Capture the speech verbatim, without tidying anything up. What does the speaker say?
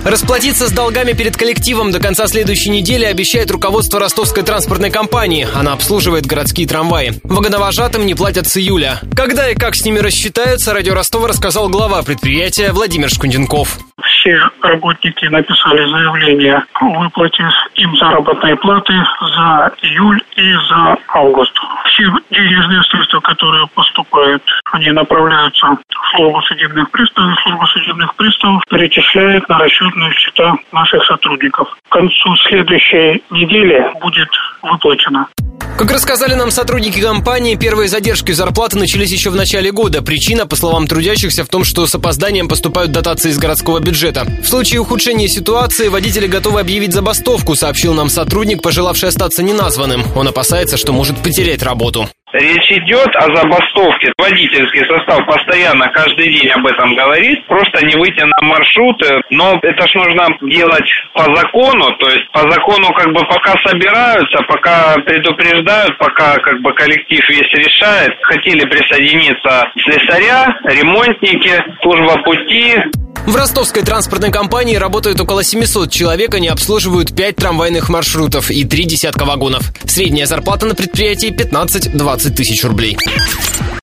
Расплатиться с долгами перед коллективом до конца следующей недели обещает руководство Ростовской транспортной компании. Она обслуживает городские трамваи. Вагоновожатым не платят с июля. Когда и как с ними рассчитаются, радио Ростова рассказал глава предприятия Владимир Шкунденков. Все работники написали заявление о выплате им заработной платы за июль и за август. Все денежные средства, которые поступают, они направляются в службу судебных приставов, и служба судебных приставов перечисляет на расчетные счета наших сотрудников. К концу следующей недели будет выплачено. Как рассказали нам сотрудники компании, первые задержки зарплаты начались еще в начале года. Причина, по словам трудящихся, в том, что с опозданием поступают дотации из городского бюджета. В случае ухудшения ситуации водители готовы объявить забастовку, сообщил нам сотрудник, пожелавший остаться неназванным. Он опасается, что может потерять работу. Речь идет о забастовке. Водительский состав постоянно каждый день об этом говорит. Просто не выйти на маршруты. Но это ж нужно делать по закону. То есть по закону как бы пока собираются, пока предупреждают, пока как бы коллектив весь решает. Хотели присоединиться слесаря, ремонтники, служба пути. В ростовской транспортной компании работают около семьсот человек, они обслуживают пять трамвайных маршрутов и три десятка вагонов. Средняя зарплата на предприятии пятнадцать-двадцать тысяч рублей.